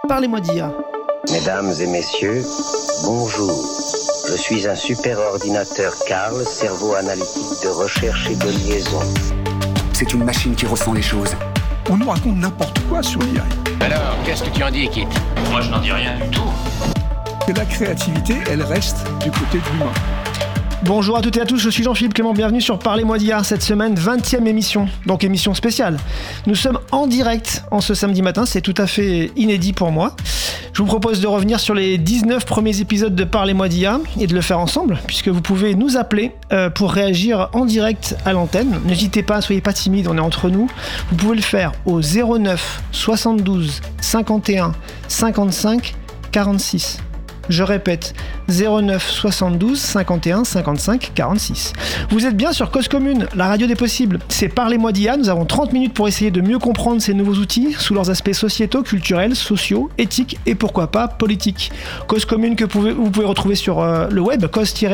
Parlez-moi d'IA. Mesdames et messieurs, bonjour. Je suis un super ordinateur Carl, cerveau analytique de recherche et de liaison. C'est une machine qui ressent les choses. On nous raconte n'importe quoi sur l'IA. Alors, qu'est-ce que tu en dis, Kit ? Moi, je n'en dis rien du tout. Que la créativité, elle reste du côté de l'humain. Bonjour à toutes et à tous, je suis Jean-Philippe Clément, bienvenue sur Parlez-moi d'IA, cette semaine 20e émission, donc émission spéciale. Nous sommes en direct en ce samedi matin, c'est tout à fait inédit pour moi. Je vous propose de revenir sur les 19 premiers épisodes de Parlez-moi d'IA et de le faire ensemble, puisque vous pouvez nous appeler pour réagir en direct à l'antenne. N'hésitez pas, soyez pas timides, on est entre nous. Vous pouvez le faire au 09 72 51 55 46. Je répète, 09 72 51 55 46. Vous êtes bien sur Cause Commune, la radio des possibles. C'est Parlez-moi d'IA, nous avons 30 minutes pour essayer de mieux comprendre ces nouveaux outils sous leurs aspects sociétaux, culturels, sociaux, éthiques et pourquoi pas politiques. Cause Commune que vous pouvez retrouver sur le web,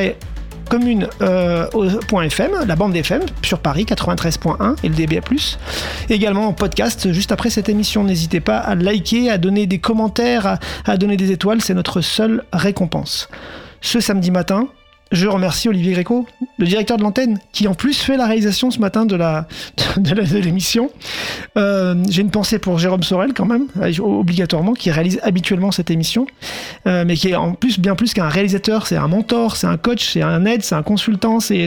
cause-commune.fm, la bande FM sur Paris 93.1 et le DBA+. Également en podcast juste après cette émission. N'hésitez pas à liker, à donner des commentaires, à donner des étoiles, c'est notre seule récompense. Ce samedi matin, je remercie Olivier Gréco, le directeur de l'antenne, qui en plus fait la réalisation ce matin de l'émission. J'ai une pensée pour Jérôme Sorel quand même, obligatoirement, qui réalise habituellement cette émission, mais qui est en plus bien plus qu'un réalisateur, c'est un mentor, c'est un coach, c'est un aide, c'est un consultant, c'est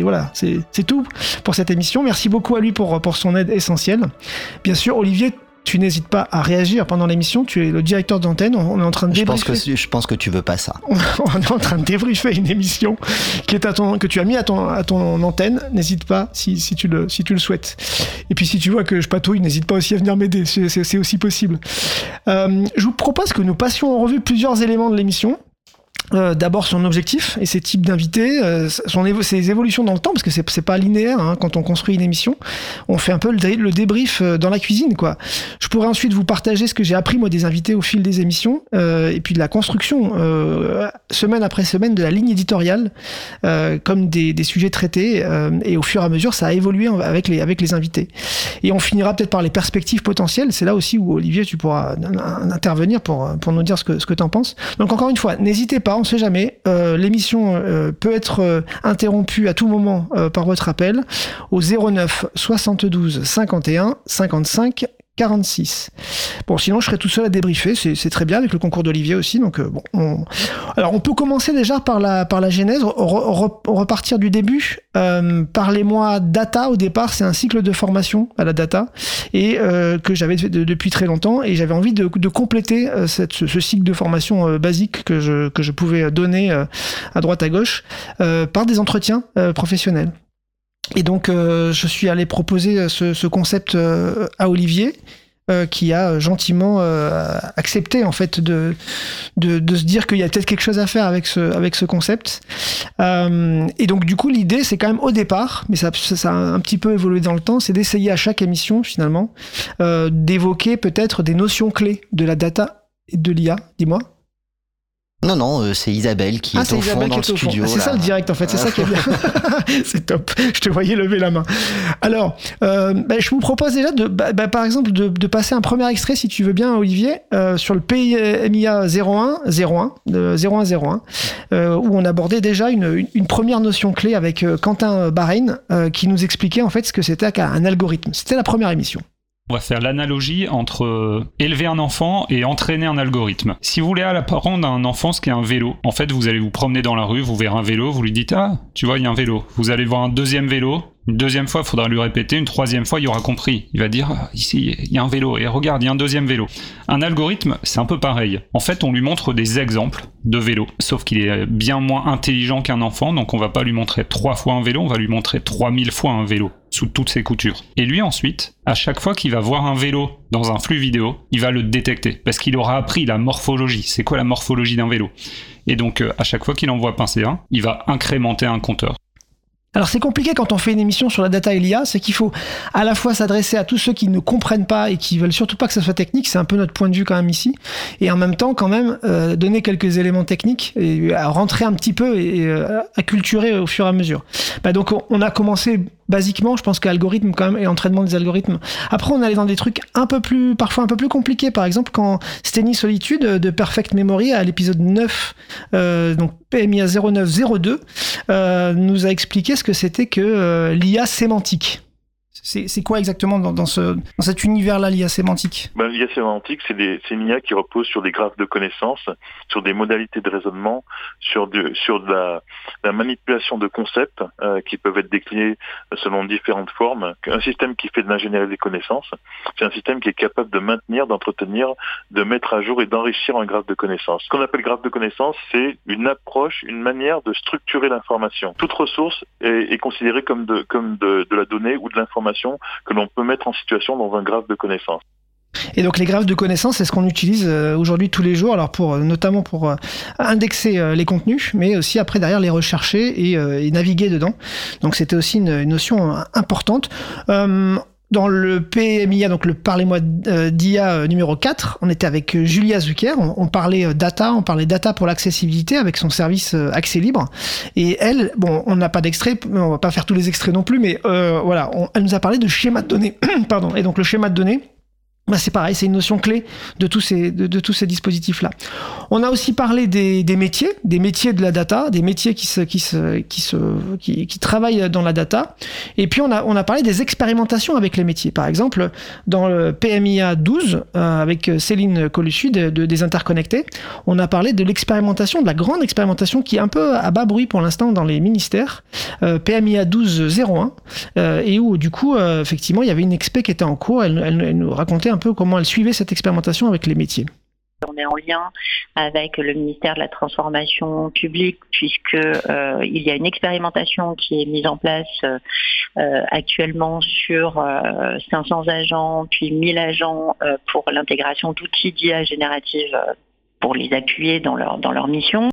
tout pour cette émission. Merci beaucoup à lui pour son aide essentielle. Bien sûr, Olivier, tu n'hésites pas à réagir pendant l'émission, tu es le directeur d'antenne, on est en train de débriefer. Je pense que tu veux pas ça. On est en train de débriefer une émission que tu as mis à ton antenne, n'hésite pas si tu le souhaites. Et puis si tu vois que je patouille, n'hésite pas aussi à venir m'aider, c'est aussi possible. Je vous propose que nous passions en revue plusieurs éléments de l'émission. D'abord son objectif et ses types d'invités, ses évolutions dans le temps, parce que c'est pas linéaire hein, quand on construit une émission. On fait un peu le débrief dans la cuisine, quoi. Je pourrais ensuite vous partager ce que j'ai appris moi des invités au fil des émissions et puis de la construction semaine après semaine de la ligne éditoriale, comme des sujets traités et au fur et à mesure ça a évolué avec les invités. Et on finira peut-être par les perspectives potentielles. C'est là aussi où Olivier tu pourras intervenir pour nous dire ce que t'en penses. Donc encore une fois, n'hésitez pas. On ne sait jamais, l'émission peut être interrompue à tout moment par votre appel au 09 72 51 55 46. Bon, sinon je serai tout seul à débriefer, c'est très bien avec le concours d'Olivier aussi. Donc alors on peut commencer déjà par la genèse, repartir du début. Parlez-moi data. Au départ, c'est un cycle de formation à la data et que j'avais depuis très longtemps et j'avais envie de compléter ce cycle de formation basique que je pouvais donner à droite à gauche par des entretiens professionnels. Et donc, je suis allé proposer ce concept à Olivier, qui a gentiment accepté en fait de se dire qu'il y a peut-être quelque chose à faire avec ce concept. Et donc, du coup, l'idée, c'est quand même au départ, mais ça a un petit peu évolué dans le temps, c'est d'essayer à chaque émission, finalement, d'évoquer peut-être des notions clés de la data et de l'IA. Dis-moi. Non, c'est Isabelle qui est au fond dans le studio. C'est ça le direct en fait, c'est ça qui est bien. C'est top, je te voyais lever la main. Alors, je vous propose déjà par exemple de passer un premier extrait si tu veux bien Olivier, sur le PMIA 0101, où on abordait déjà une première notion clé avec Quentin Bahrein qui nous expliquait en fait ce que c'était qu'un algorithme. C'était la première émission. On va faire l'analogie entre élever un enfant et entraîner un algorithme. Si vous voulez apprendre à un enfant ce qu'est un vélo, en fait, vous allez vous promener dans la rue, vous verrez un vélo, vous lui dites « Ah, tu vois, il y a un vélo ». Vous allez voir un deuxième vélo, une deuxième fois, il faudra lui répéter, une troisième fois, il aura compris. Il va dire « Ici, il y a un vélo, et regarde, il y a un deuxième vélo ». Un algorithme, c'est un peu pareil. En fait, on lui montre des exemples de vélos, sauf qu'il est bien moins intelligent qu'un enfant, donc on va pas lui montrer 3 fois un vélo, on va lui montrer 3000 fois un vélo, sous toutes ses coutures. Et lui ensuite, à chaque fois qu'il va voir un vélo dans un flux vidéo, il va le détecter, parce qu'il aura appris la morphologie. C'est quoi la morphologie d'un vélo ? Et donc, à chaque fois qu'il en voit passer un, il va incrémenter un compteur. Alors c'est compliqué quand on fait une émission sur la data et l'IA, c'est qu'il faut à la fois s'adresser à tous ceux qui ne comprennent pas et qui veulent surtout pas que ça soit technique, c'est un peu notre point de vue quand même ici, et en même temps quand même donner quelques éléments techniques et à rentrer un petit peu et acculturer au fur et à mesure. Donc on a commencé basiquement, je pense qu'algorithme quand même et entraînement des algorithmes. Après on allait dans des trucs parfois un peu plus compliqués, par exemple quand Steny Solitude de Perfect Memory à l'épisode 9, donc PMIA 0902, nous a expliqué ce que c'était que l'IA sémantique. C'est quoi exactement dans cet univers-là, l'IA sémantique ? L'IA sémantique, c'est une IA qui repose sur des graphes de connaissances, sur des modalités de raisonnement, sur de la manipulation de concepts qui peuvent être déclinés selon différentes formes. Un système qui fait de l'ingénierie des connaissances, c'est un système qui est capable de maintenir, d'entretenir, de mettre à jour et d'enrichir un graphe de connaissances. Ce qu'on appelle graphe de connaissances, c'est une approche, une manière de structurer l'information. Toute ressource est considérée comme de la donnée ou de l'information que l'on peut mettre en situation dans un graphe de connaissances. Et donc les graphes de connaissances, c'est ce qu'on utilise aujourd'hui tous les jours, alors notamment pour indexer les contenus, mais aussi après derrière les rechercher et naviguer dedans. Donc c'était aussi une notion importante. Dans le PMIA, donc le Parlez-moi d'IA numéro 4, on était avec Julia Zucker, on parlait data pour l'accessibilité avec son service accès libre. Et elle, on n'a pas d'extrait, on va pas faire tous les extraits non plus, mais voilà, elle nous a parlé de schéma de données. Pardon. Et donc le schéma de données, c'est pareil, c'est une notion clé de tous ces dispositifs-là. On a aussi parlé des métiers de la data, des métiers qui travaillent dans la data. Et puis on a parlé des expérimentations avec les métiers. Par exemple, dans le PMIA 12, avec Céline Colussu des interconnectés, on a parlé de l'expérimentation, de la grande expérimentation qui est un peu à bas bruit pour l'instant dans les ministères, PMIA 12-01, et où du coup, effectivement, il y avait une expé qui était en cours, elle nous racontait un peu comment elle suivait cette expérimentation avec les métiers. On est en lien avec le ministère de la Transformation publique puisque il y a une expérimentation qui est mise en place actuellement sur 500 agents puis 1000 agents pour l'intégration d'outils d'IA générative pour les appuyer dans leur mission.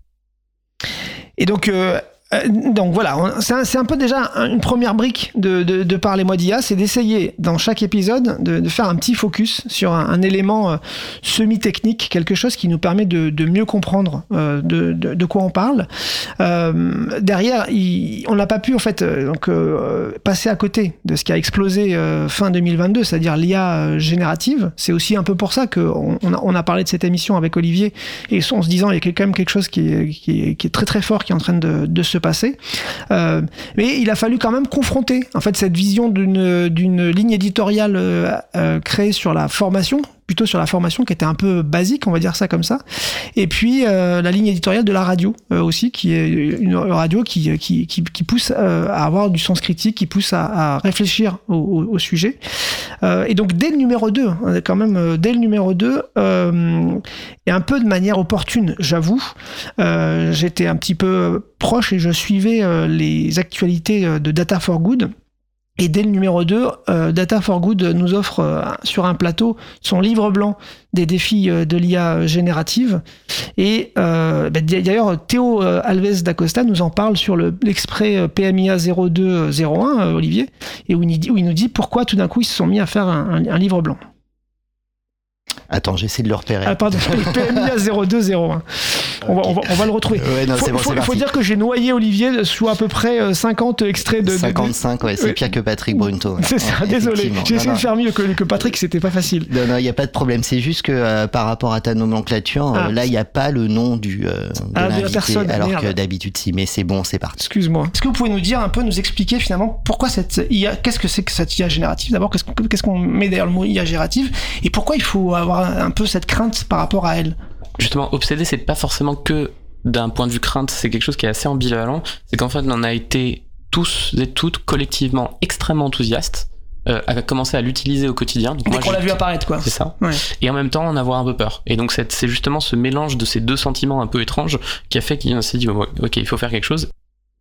Et donc voilà, c'est un peu déjà une première brique de Parlez-moi d'IA, c'est d'essayer dans chaque épisode de faire un petit focus sur un élément semi-technique, quelque chose qui nous permet de mieux comprendre de quoi on parle. Derrière, on n'a pas pu en fait passer à côté de ce qui a explosé fin 2022, c'est-à-dire l'IA générative. C'est aussi un peu pour ça qu'on a parlé de cette émission avec Olivier et en se disant il y a quand même quelque chose qui est très très fort qui est en train de se passer. Mais il a fallu quand même confronter en fait cette vision d'une ligne éditoriale créée sur la formation, plutôt sur la formation qui était un peu basique, on va dire ça comme ça, et puis la ligne éditoriale de la radio aussi, qui est une radio qui pousse à avoir du sens critique, qui pousse à réfléchir au sujet. Et donc dès le numéro 2, quand même, dès le numéro 2, et un peu de manière opportune, j'avoue, j'étais un petit peu proche et je suivais les actualités de Data for Good. Et dès le numéro 2, Data for Good nous offre sur un plateau son livre blanc des défis de l'IA générative. Et d'ailleurs, Théo Alves d'Acosta nous en parle sur l'exprès PMIA 0201, Olivier, et où il nous dit pourquoi tout d'un coup ils se sont mis à faire un livre blanc. Attends, j'essaie de le repérer. Ah pardon, PMIA 0201. On va le retrouver. Ouais, non, il faut dire que j'ai noyé Olivier sous à peu près 50 extraits de... 55, ouais, c'est pire que Patrick Brunto. C'est ça, désolé. J'ai essayé de faire mieux que Patrick, c'était pas facile. Non, il n'y a pas de problème. C'est juste que par rapport à ta nomenclature, là, il n'y a pas le nom de l'invité, alors que d'habitude, si. Mais c'est bon, c'est parti. Excuse-moi. Est-ce que vous pouvez nous expliquer finalement pourquoi cette IA, qu'est-ce que c'est que cette IA générative ? D'abord, qu'est-ce qu'on met derrière le mot IA générative ? Et pourquoi il faut avoir un peu cette crainte par rapport à elle ? Justement, obsédé, c'est pas forcément que d'un point de vue crainte, c'est quelque chose qui est assez ambivalent. C'est qu'en fait, on en a été tous et toutes collectivement extrêmement enthousiastes à commencer à l'utiliser au quotidien. Donc dès qu'on l'a vu apparaître, quoi. C'est ça. Ouais. Et en même temps, en avoir un peu peur. Et donc, c'est justement ce mélange de ces deux sentiments un peu étranges qui a fait qu'on s'est dit, ok, il faut faire quelque chose.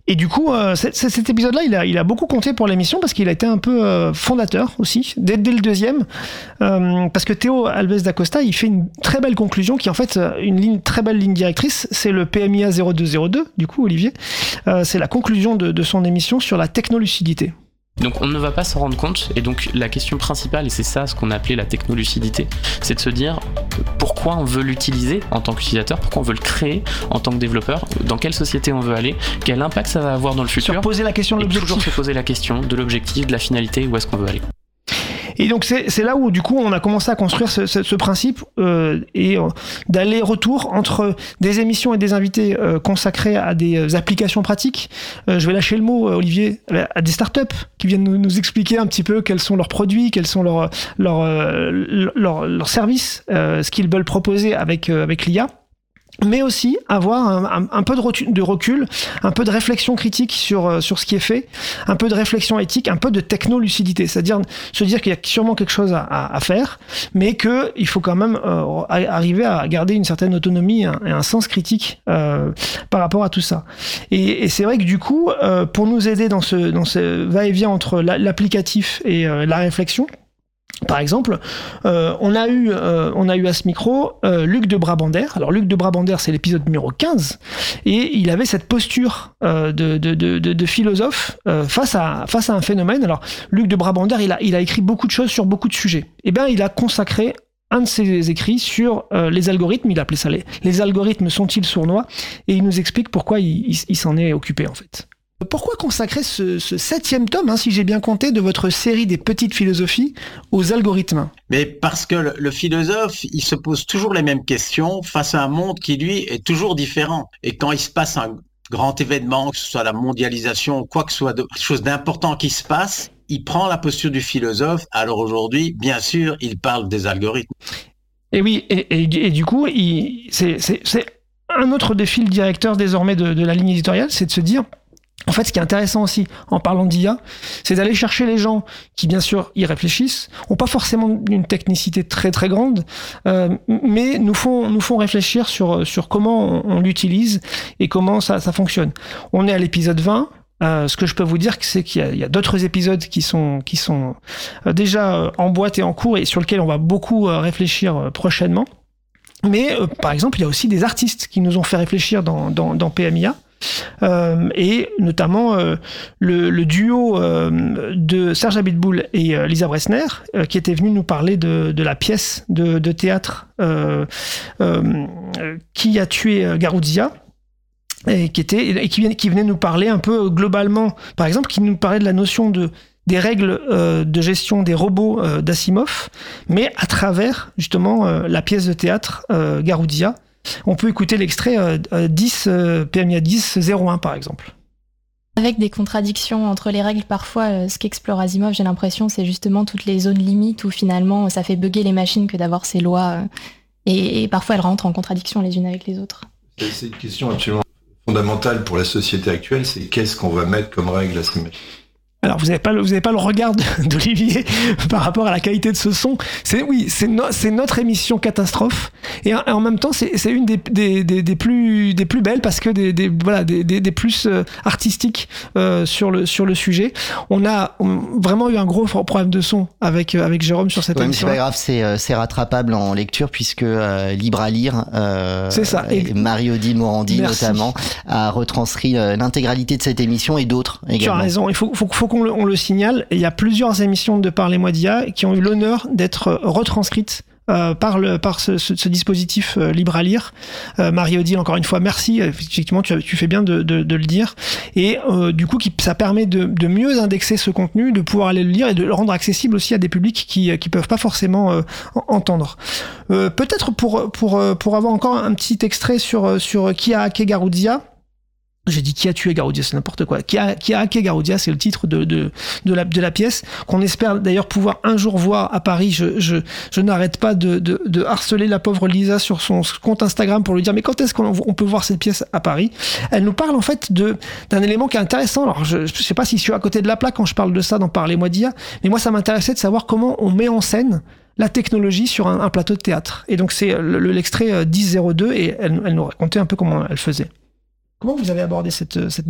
Et du coup, cet épisode-là, il a beaucoup compté pour l'émission parce qu'il a été un peu fondateur aussi, dès le deuxième, parce que Théo Alves da Costa, il fait une très belle conclusion qui est en fait très belle ligne directrice, c'est le PMIA 0202, du coup, Olivier, c'est la conclusion de son émission sur la technolucidité. Donc on ne va pas s'en rendre compte, et donc la question principale, et c'est ça ce qu'on a appelé la technolucidité, c'est de se dire pourquoi on veut l'utiliser en tant qu'utilisateur, pourquoi on veut le créer en tant que développeur, dans quelle société on veut aller, quel impact ça va avoir dans le futur. Se poser la question de l'objectif. Toujours se poser la question de l'objectif, de la finalité, où est-ce qu'on veut aller. Et donc c'est là où du coup on a commencé à construire ce principe d'aller-retour entre des émissions et des invités consacrés à des applications pratiques. Je vais lâcher le mot, Olivier, à des startups qui viennent nous expliquer un petit peu quels sont leurs produits, quels sont leurs services, ce qu'ils veulent proposer avec l'IA. Mais aussi avoir un peu de recul, un peu de réflexion critique sur ce qui est fait, un peu de réflexion éthique, un peu de technolucidité, c'est-à-dire se dire qu'il y a sûrement quelque chose à faire, mais qu'il faut quand même arriver à garder une certaine autonomie et un sens critique par rapport à tout ça. Et c'est vrai que du coup, pour nous aider dans ce va-et-vient entre l'applicatif et la réflexion, par exemple, on a eu à ce micro Luc de Brabander. Alors Luc de Brabander, c'est l'épisode numéro 15, et il avait cette posture de philosophe face à un phénomène. Alors Luc de Brabander, il a écrit beaucoup de choses sur beaucoup de sujets. Et bien, il a consacré un de ses écrits sur les algorithmes. Il appelait ça les algorithmes sont-ils sournois, et il nous explique pourquoi il s'en est occupé en fait. Pourquoi consacrer ce 7e tome, si j'ai bien compté, de votre série des petites philosophies aux algorithmes ? Mais parce que le philosophe, il se pose toujours les mêmes questions face à un monde qui, lui, est toujours différent. Et quand il se passe un grand événement, que ce soit la mondialisation, quoi que ce soit, quelque chose d'important qui se passe, il prend la posture du philosophe. Alors aujourd'hui, bien sûr, il parle des algorithmes. Et oui, et du coup, c'est un autre des fils directeurs désormais de la ligne éditoriale, c'est de se dire... En fait, ce qui est intéressant aussi, en parlant d'IA, c'est d'aller chercher les gens qui, bien sûr, y réfléchissent, n'ont pas forcément une technicité très très grande, mais nous font réfléchir sur comment on l'utilise et comment ça fonctionne. On est à l'épisode 20. Ce que je peux vous dire, c'est qu'il y a d'autres épisodes qui sont déjà en boîte et en cours et sur lesquels on va beaucoup réfléchir prochainement. Mais, par exemple, il y a aussi des artistes qui nous ont fait réfléchir dans PMIA. Et notamment le duo de Serge Abitboul et Lisa Bressner qui était venu nous parler de la pièce de théâtre Qui a tué Garoudzia, et qui venait nous parler un peu globalement, par exemple, qui nous parlait de la notion des règles de gestion des robots d'Asimov, mais à travers justement la pièce de théâtre Garoudzia. On peut écouter l'extrait PMIA 10.01 par exemple. Avec des contradictions entre les règles, parfois ce qu'explore Asimov, j'ai l'impression, c'est justement toutes les zones limites où finalement ça fait bugger les machines que d'avoir ces lois et parfois elles rentrent en contradiction les unes avec les autres. C'est une question absolument fondamentale pour la société actuelle, c'est qu'est-ce qu'on va mettre comme règle à ces machines ? Alors vous n'avez pas le regard d'Olivier par rapport à la qualité de ce son. C'est notre émission catastrophe et en même temps c'est une des plus belles parce que des plus artistiques sur le sujet. On a vraiment eu un gros problème de son avec Jérôme sur cette émission. C'est pas grave, c'est rattrapable en lecture puisque Libre à lire. C'est ça. Et Marie-Odile Morandi notamment a retranscrit l'intégralité de cette émission et d'autres également. Tu as raison. Il faut qu'on le signale, il y a plusieurs émissions de Parlez-moi d'IA qui ont eu l'honneur d'être retranscrites par ce dispositif libre à lire. Marie-Odile, encore une fois, merci. Effectivement, tu fais bien de le dire. Et du coup, ça permet de mieux indexer ce contenu, de pouvoir aller le lire et de le rendre accessible aussi à des publics qui peuvent pas forcément entendre. Peut-être pour avoir encore un petit extrait sur qui a hacké Garoudzia. J'ai dit qui a tué Garoudzia, c'est n'importe quoi. Qui a hacké Garoudzia, c'est le titre de la pièce qu'on espère d'ailleurs pouvoir un jour voir à Paris. Je n'arrête pas de harceler la pauvre Lisa sur son compte Instagram pour lui dire mais quand est-ce qu'on peut voir cette pièce à Paris ? Elle nous parle en fait d'un élément qui est intéressant. Alors je sais pas si je suis à côté de la plaque quand je parle de ça dans Parlez-moi d'IA, mais moi ça m'intéressait de savoir comment on met en scène la technologie sur un plateau de théâtre. Et donc c'est l'extrait 10.02 et elle nous racontait un peu comment elle faisait. Comment vous avez abordé cette mise en scène ?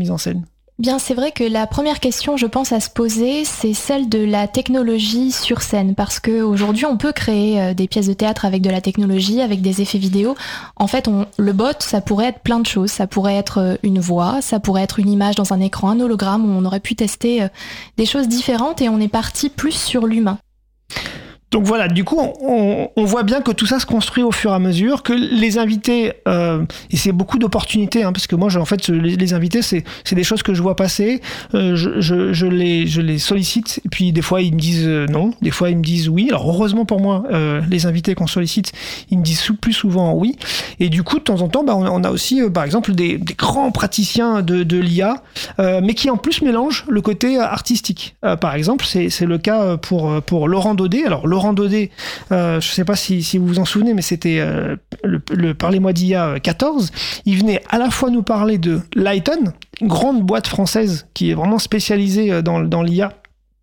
Bien, c'est vrai que la première question, je pense, à se poser, c'est celle de la technologie sur scène. Parce qu'aujourd'hui, on peut créer des pièces de théâtre avec de la technologie, avec des effets vidéo. En fait, le bot, ça pourrait être plein de choses. Ça pourrait être une voix, ça pourrait être une image dans un écran, un hologramme, où on aurait pu tester des choses différentes et on est parti plus sur l'humain. Donc voilà, du coup, on voit bien que tout ça se construit au fur et à mesure, que les invités, et c'est beaucoup d'opportunités, parce que moi, en fait, les invités, c'est des choses que je vois passer, je les sollicite, et puis des fois, ils me disent non, des fois, ils me disent oui. Alors heureusement pour moi, les invités qu'on sollicite, ils me disent plus souvent oui. Et du coup, de temps en temps, on a aussi, par exemple, des grands praticiens de l'IA, mais qui en plus mélangent le côté artistique. Par exemple, c'est le cas pour Laurent Daudet. Alors, Laurent Daudet, je ne sais pas si vous vous en souvenez, mais c'était le Parlez-moi d'IA 14. Il venait à la fois nous parler de Lighton, une grande boîte française qui est vraiment spécialisée dans l'IA,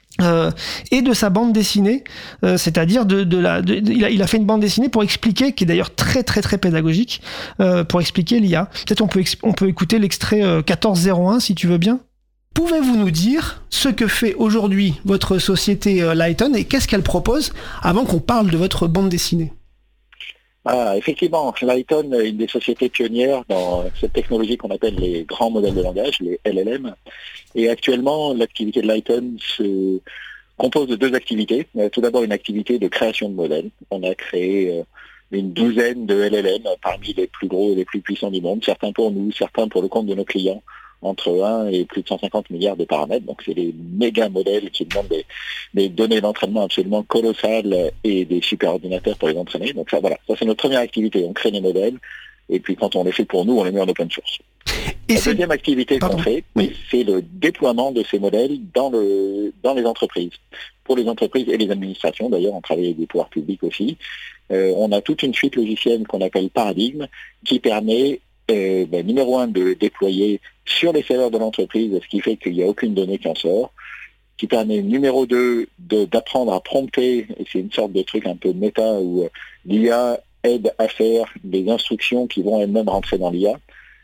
et de sa bande dessinée, c'est-à-dire il a fait une bande dessinée pour expliquer, qui est d'ailleurs très très très pédagogique, pour expliquer l'IA. Peut-être on peut écouter l'extrait 1401 si tu veux bien. Pouvez-vous nous dire ce que fait aujourd'hui votre société Lighton et qu'est-ce qu'elle propose avant qu'on parle de votre bande dessinée ? Effectivement, Lighton est une des sociétés pionnières dans cette technologie qu'on appelle les grands modèles de langage, les LLM. Et actuellement, l'activité de Lighton se compose de deux activités. Tout d'abord, une activité de création de modèles. On a créé une douzaine de LLM parmi les plus gros et les plus puissants du monde, certains pour nous, certains pour le compte de nos clients, entre 1 et plus de 150 milliards de paramètres. Donc c'est des méga modèles qui demandent des données d'entraînement absolument colossales et des super ordinateurs pour les entraîner. Donc ça c'est notre première activité. On crée des modèles et puis quand on les fait pour nous, on les met en open source. Et la deuxième activité qu'on fait, c'est le déploiement de ces modèles dans les entreprises. Pour les entreprises et les administrations, d'ailleurs, on travaille avec des pouvoirs publics aussi. On a toute une suite logicielle qu'on appelle Paradigme qui permet numéro 1 de déployer sur les serveurs de l'entreprise, ce qui fait qu'il n'y a aucune donnée qui en sort, qui permet numéro 2 d'apprendre à prompter, et c'est une sorte de truc un peu méta où l'IA aide à faire des instructions qui vont elles-mêmes rentrer dans l'IA.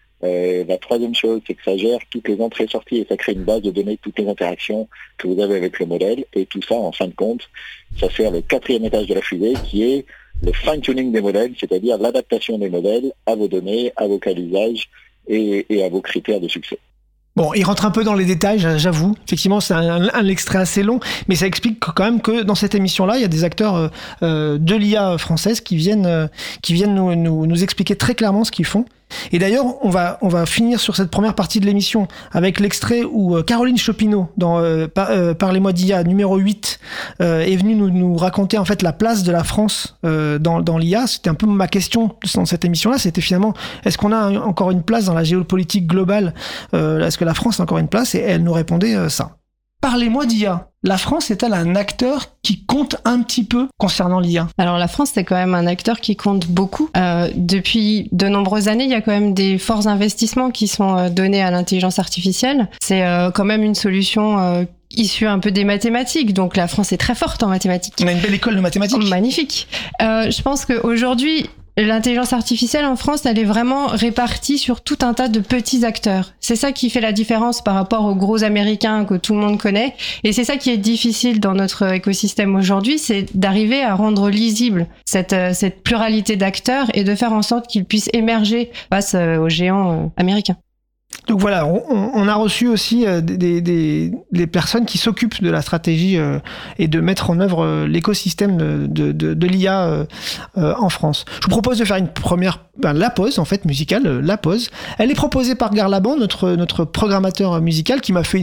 La troisième chose, c'est que ça gère toutes les entrées et sorties et ça crée une base de données de toutes les interactions que vous avez avec le modèle, et tout ça, en fin de compte, ça sert le 4e étage de la fusée qui est le fine-tuning des modèles, c'est-à-dire l'adaptation des modèles à vos données, à vos cas d'usage et à vos critères de succès. Bon, il rentre un peu dans les détails, j'avoue. Effectivement, c'est un extrait assez long, mais ça explique quand même que dans cette émission-là, il y a des acteurs de l'IA française qui viennent nous expliquer très clairement ce qu'ils font. Et d'ailleurs, on va finir sur cette première partie de l'émission avec l'extrait où Caroline Chopineau, dans Parlez-moi d'IA numéro 8, est venue nous raconter en fait la place de la France dans l'IA. C'était un peu ma question dans cette émission-là, c'était finalement, est-ce qu'on a encore une place dans la géopolitique globale ? Est-ce que la France a encore une place ? Et elle nous répondait ça. Parlez-moi d'IA. La France est-elle un acteur qui compte un petit peu concernant l'IA ? Alors la France, c'est quand même un acteur qui compte beaucoup. Depuis de nombreuses années, il y a quand même des forts investissements qui sont donnés à l'intelligence artificielle. C'est quand même une solution issue un peu des mathématiques. Donc la France est très forte en mathématiques. On a une belle école de mathématiques. Magnifique. Je pense qu'aujourd'hui, l'intelligence artificielle en France, elle est vraiment répartie sur tout un tas de petits acteurs. C'est ça qui fait la différence par rapport aux gros américains que tout le monde connaît. Et c'est ça qui est difficile dans notre écosystème aujourd'hui, c'est d'arriver à rendre lisible cette pluralité d'acteurs et de faire en sorte qu'ils puissent émerger face aux géants américains. Donc voilà, on a reçu aussi des personnes qui s'occupent de la stratégie et de mettre en œuvre l'écosystème de l'IA en France. Je vous propose de faire une première, la pause en fait musicale, la pause. Elle est proposée par Gare Laban, notre programmateur musical, qui m'a fait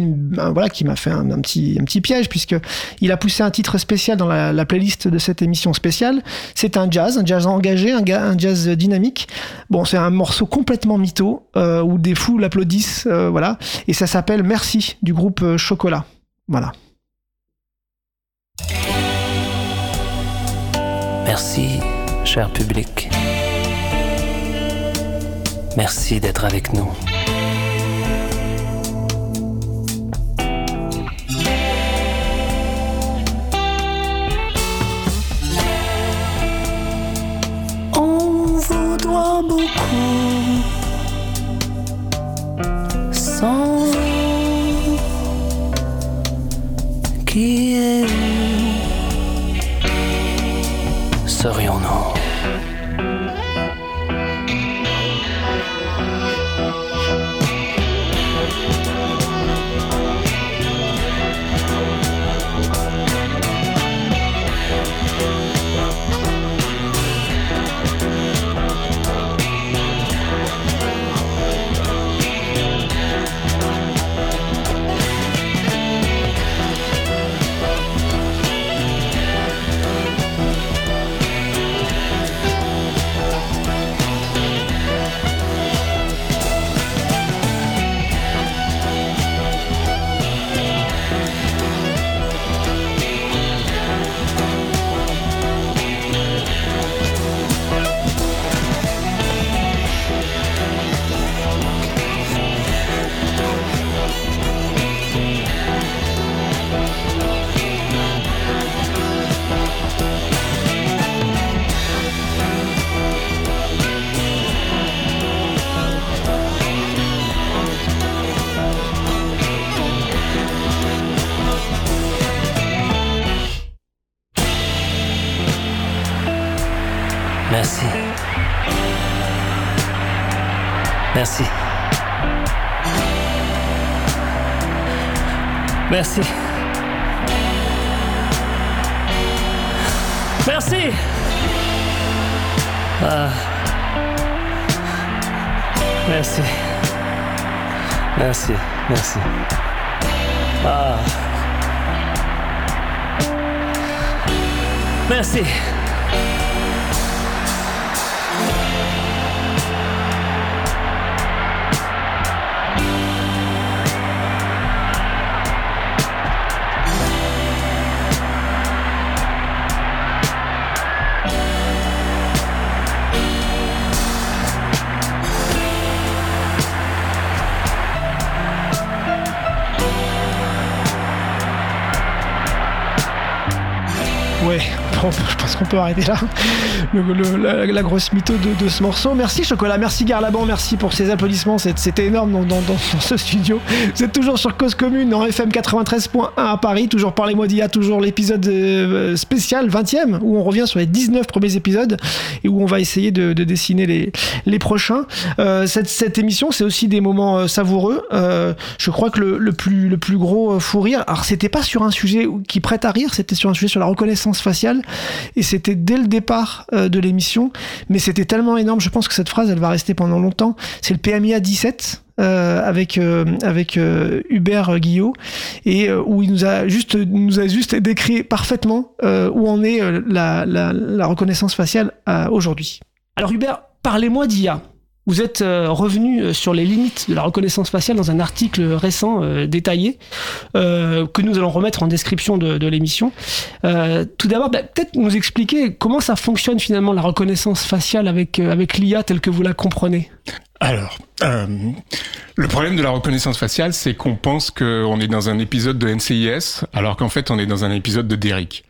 un petit piège puisque il a poussé un titre spécial dans la playlist de cette émission spéciale. C'est un jazz engagé, un jazz dynamique. Bon, c'est un morceau complètement mytho où des fous l'applaudissent. Voilà, et ça s'appelle Merci du groupe Chocolat. Voilà. Merci, cher public. Merci d'être avec nous. On vous doit beaucoup. Sans Merci. Merci. Merci. Merci. Merci. Merci. Merci. Ouais, je pense qu'on peut arrêter là. La grosse mytho de ce morceau. Merci Chocolat, merci Garlaban, merci pour ces applaudissements. C'était énorme dans ce studio. Vous êtes toujours sur Cause Commune en FM 93.1 à Paris. Toujours Parlez-moi d'IA, toujours l'épisode spécial 20e où on revient sur les 19 premiers épisodes et où on va essayer de dessiner les prochains. Cette émission, c'est aussi des moments savoureux. Je crois que le plus gros fou rire, alors c'était pas sur un sujet qui prête à rire, c'était sur un sujet sur la reconnaissance faciale et c'était dès le départ de l'émission, mais c'était tellement énorme, je pense que cette phrase elle va rester pendant longtemps. C'est le PMIA 17 avec Hubert Guillot et où il nous a juste décrit parfaitement où en est la reconnaissance faciale aujourd'hui. Alors Hubert, parlez-moi d'IA. Vous êtes revenu sur les limites de la reconnaissance faciale dans un article récent détaillé que nous allons remettre en description de l'émission. Tout d'abord, peut-être nous expliquer comment ça fonctionne finalement la reconnaissance faciale avec l'IA telle que vous la comprenez. Alors, le problème de la reconnaissance faciale, c'est qu'on pense qu'on est dans un épisode de NCIS, alors qu'en fait, on est dans un épisode de Derrick.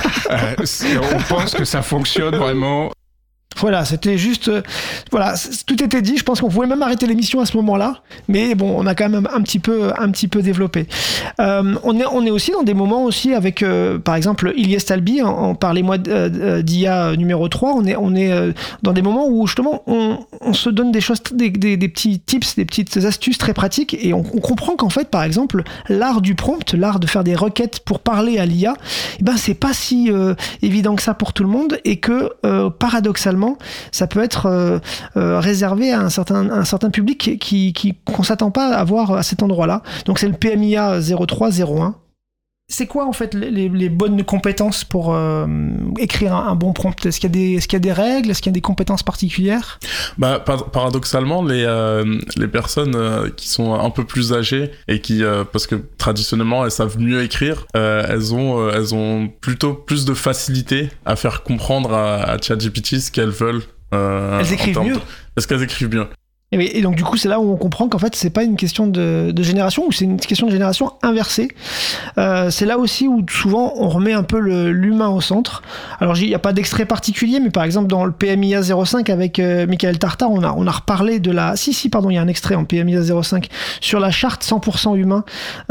On pense que ça fonctionne vraiment. Voilà, c'était juste... voilà, tout était dit. Je pense qu'on pouvait même arrêter l'émission à ce moment-là. Mais bon, on a quand même un petit peu développé. On est aussi dans des moments aussi avec, par exemple, Ilyes Talbi, en Parlez-moi d'IA numéro 3. On est dans des moments où, justement, on se donne des choses, des petits tips, des petites astuces très pratiques. Et on comprend qu'en fait, par exemple, l'art du prompt, l'art de faire des requêtes pour parler à l'IA, eh ben, c'est pas si évident que ça pour tout le monde. Et que, paradoxalement, ça peut être réservé à un certain public qu'on s'attend pas à voir à cet endroit-là. Donc c'est le PMIA 0301. C'est quoi en fait les bonnes compétences pour écrire un bon prompt ? Est-ce qu'il y a des règles ? Est-ce qu'il y a des compétences particulières ? Paradoxalement, les personnes qui sont un peu plus âgées et qui, parce que traditionnellement elles savent mieux écrire, elles ont plutôt plus de facilité à faire comprendre à ChatGPT ce qu'elles veulent. Elles écrivent mieux. Parce qu'elles écrivent bien. Et donc du coup c'est là où on comprend qu'en fait c'est pas une question de génération, ou c'est une question de génération inversée. C'est là aussi où souvent on remet un peu l'humain au centre. Alors il n'y a pas d'extrait particulier, mais par exemple dans le PMIA 05 avec Michael Tartare, on a reparlé de la... il y a un extrait en PMIA 05 sur la charte 100% humain,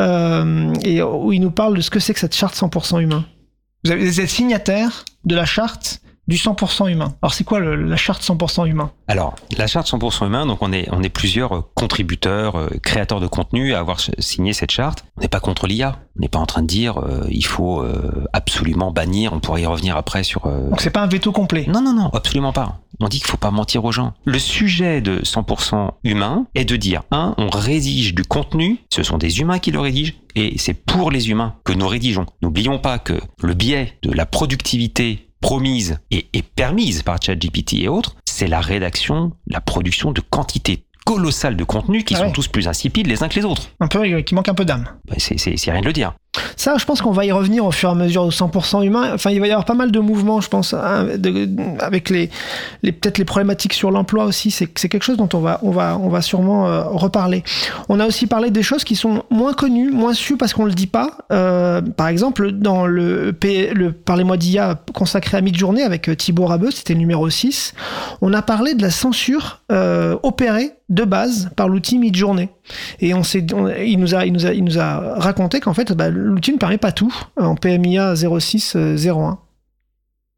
et où il nous parle de ce que c'est que cette charte 100% humain. Vous êtes signataire de la charte du 100% humain. Alors c'est quoi la charte 100% humain ? Alors la charte 100% humain, donc on est plusieurs contributeurs, créateurs de contenu à avoir signé cette charte. On n'est pas contre l'IA. On n'est pas en train de dire il faut absolument bannir. On pourrait y revenir après sur. Donc c'est pas un veto complet. Non, absolument pas. On dit qu'il faut pas mentir aux gens. Le sujet de 100% humain est de dire on rédige du contenu. Ce sont des humains qui le rédigent. Et c'est pour les humains que nous rédigeons. N'oublions pas que le biais de la productivité promise et permise par ChatGPT et autres, c'est la rédaction, la production de quantités colossales de contenus qui sont tous plus insipides les uns que les autres. Un peu, qui manque un peu d'âme. C'est rien de le dire. Ça, je pense qu'on va y revenir au fur et à mesure de 100% humain. Enfin, il va y avoir pas mal de mouvements, je pense, avec peut-être les problématiques sur l'emploi aussi. C'est quelque chose dont on va sûrement reparler. On a aussi parlé des choses qui sont moins connues, moins sues parce qu'on le dit pas. Par exemple, dans le Parlez-moi d'IA consacré à Midjourney avec Thibaut Rabeux, c'était le numéro 6, on a parlé de la censure opérée de base par l'outil Midjourney. Et il nous a raconté qu'en fait, l'outil ne permet pas tout en PMIA 0601.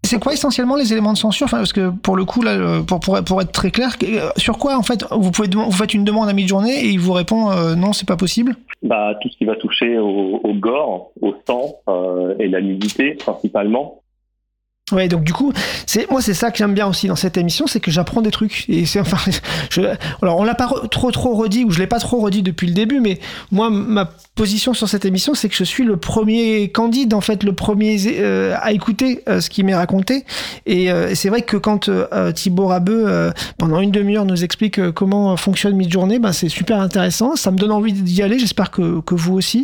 c'est quoi essentiellement les éléments de censure? Enfin, parce que pour le coup, là, pour être très clair, sur quoi en fait vous faites une demande à mi-journée et il vous répond non, c'est pas possible? Tout ce qui va toucher au gore, au sang et la nudité principalement. Ouais, donc du coup, c'est ça que j'aime bien aussi dans cette émission, c'est que j'apprends des trucs. Et c'est alors on l'a pas trop redit, ou je l'ai pas trop redit depuis le début, mais moi ma position sur cette émission, c'est que je suis le premier candide, en fait, le premier à écouter ce qui m'est raconté. Et c'est vrai que quand Thibaut Rabeux pendant une demi-heure nous explique comment fonctionne Midjourney, c'est super intéressant. Ça me donne envie d'y aller. J'espère que vous aussi.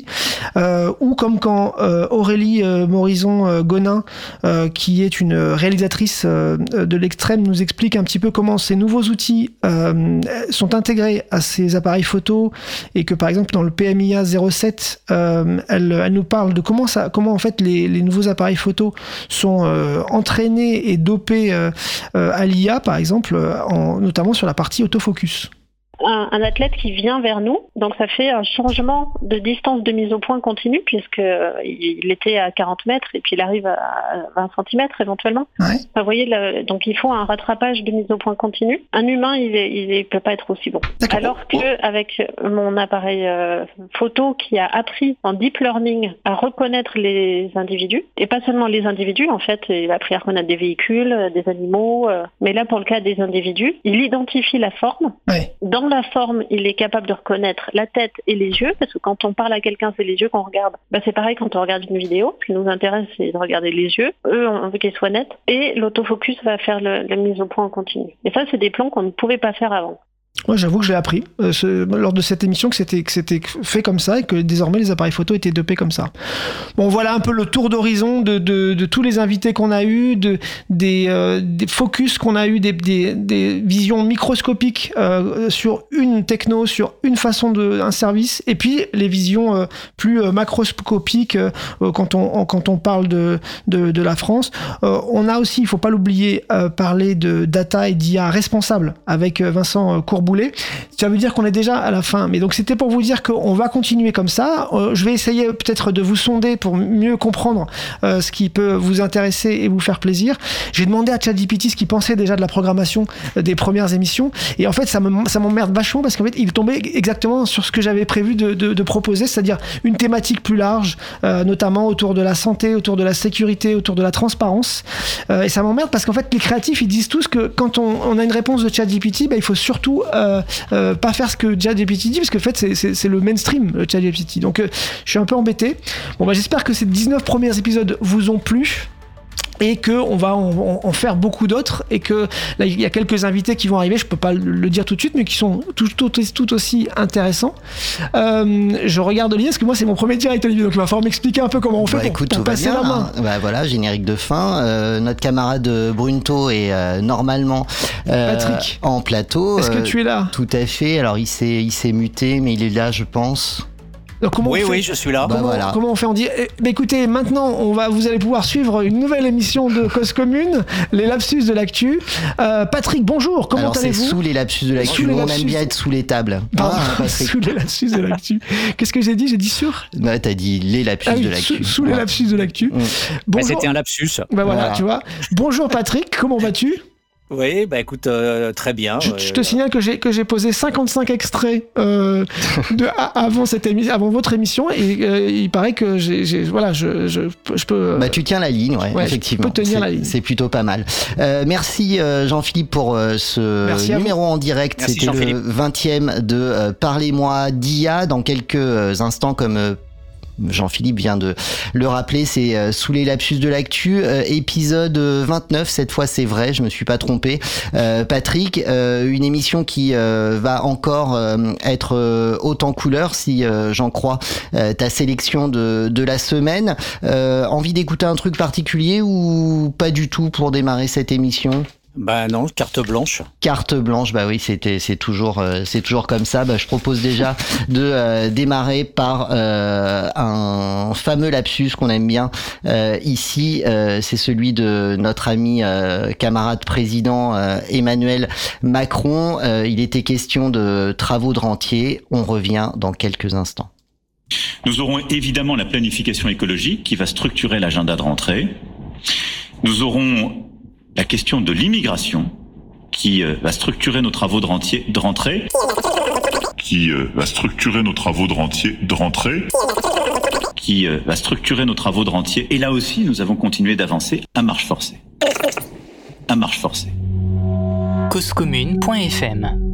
Ou comme quand Aurélie Morison-Gonin, qui est une réalisatrice de l'extrême, nous explique un petit peu comment ces nouveaux outils sont intégrés à ces appareils photo, et que par exemple dans le PMIA 07, elle nous parle de comment en fait les nouveaux appareils photo sont entraînés et dopés à l'IA, par exemple, notamment sur la partie autofocus. Un athlète qui vient vers nous, donc ça fait un changement de distance de mise au point continue, puisqu'il était à 40 mètres et puis il arrive à 20 cm éventuellement. Ouais. Enfin, vous voyez, donc il faut un rattrapage de mise au point continue. Un humain, il peut pas être aussi bon. D'accord. Alors qu'avec mon appareil photo qui a appris en deep learning à reconnaître les individus, et pas seulement les individus, en fait, il a appris à reconnaître des véhicules, des animaux, mais là pour le cas des individus, il identifie la forme. Ouais. Dans la forme, il est capable de reconnaître la tête et les yeux, parce que quand on parle à quelqu'un, c'est les yeux qu'on regarde. C'est pareil quand on regarde une vidéo. Ce qui nous intéresse, c'est de regarder les yeux. Eux, on veut qu'ils soient nets. Et l'autofocus va faire la mise au point en continu. Et ça, c'est des plans qu'on ne pouvait pas faire avant. Moi, j'avoue que je l'ai appris lors de cette émission que c'était fait comme ça et que désormais les appareils photo étaient dopés comme ça. Bon, voilà un peu le tour d'horizon de tous les invités qu'on a eus, des focus qu'on a eus, des visions microscopiques sur une techno, sur une façon un service, et puis les visions plus macroscopiques quand on parle de la France. On a aussi, il faut pas l'oublier, parlé de data et d'IA responsable avec Vincent Courboulet. Ça veut dire qu'on est déjà à la fin. Mais donc c'était pour vous dire qu'on va continuer comme ça. Je vais essayer peut-être de vous sonder pour mieux comprendre ce qui peut vous intéresser et vous faire plaisir. J'ai demandé à ChatGPT ce qu'il pensait déjà de la programmation des premières émissions. Et en fait, ça m'emmerde vachement parce qu'en fait, il est tombé exactement sur ce que j'avais prévu de proposer, c'est-à-dire une thématique plus large, notamment autour de la santé, autour de la sécurité, autour de la transparence. Et ça m'emmerde parce qu'en fait, les créatifs, ils disent tous que quand on a une réponse de ChatGPT, il faut surtout pas faire ce que ChatGPT dit, parce que en fait c'est le mainstream, le ChatGPT. Donc je suis un peu embêté. Bon, j'espère que ces 19 premiers épisodes vous ont plu et qu'on va en faire beaucoup d'autres, et que là il y a quelques invités qui vont arriver, je peux pas le dire tout de suite, mais qui sont tout aussi intéressants. Je regarde Olivier, parce que moi c'est mon premier direct, Olivier, donc il va falloir m'expliquer un peu comment on fait pour passer la main. Voilà, générique de fin. Notre camarade Brunto est normalement Patrick, en plateau. Est-ce que tu es là? Tout à fait, alors il s'est muté, mais il est là, je pense. Donc, oui, je suis là. Comment on fait? On dit, écoutez, maintenant, vous allez pouvoir suivre une nouvelle émission de Cause Commune, les lapsus de l'actu. Patrick, bonjour, comment allez-vous? C'est sous les lapsus de l'actu, on aime bien être sous les tables. Sous les lapsus de l'actu. Qu'est-ce que j'ai dit? J'ai dit sur? Non, t'as dit les lapsus de l'actu. Sous les lapsus de l'actu. Bonjour. C'était un lapsus. Voilà, tu vois. Bonjour Patrick, comment vas-tu? Oui, écoute, très bien. Je te signale que j'ai posé 55 extraits avant votre émission, et il paraît que je peux. Tu tiens la ligne, effectivement. Je peux tenir la ligne. C'est plutôt pas mal. Merci Jean-Philippe pour ce numéro en direct. Merci, c'était le 20e de Parlez-moi d'IA. Dans quelques instants, comme Jean-Philippe vient de le rappeler, c'est sous les lapsus de l'actu, épisode 29, cette fois c'est vrai, je me suis pas trompé. Patrick, une émission qui va encore être haute en couleur, si j'en crois ta sélection de la semaine. Envie d'écouter un truc particulier ou pas du tout pour démarrer cette émission? Non, carte blanche. Carte blanche, oui, c'est toujours comme ça. Je propose déjà de démarrer par un fameux lapsus qu'on aime bien ici. C'est celui de notre ami camarade président Emmanuel Macron. Il était question de travaux de rentier. On revient dans quelques instants. Nous aurons évidemment la planification écologique qui va structurer l'agenda de rentrée. Nous aurons la question de l'immigration qui va structurer nos travaux de rentrée. Qui va structurer nos travaux de rentrée. Qui va structurer nos travaux de rentier. Et là aussi, nous avons continué d'avancer à marche forcée. À marche forcée. Causecommune.fm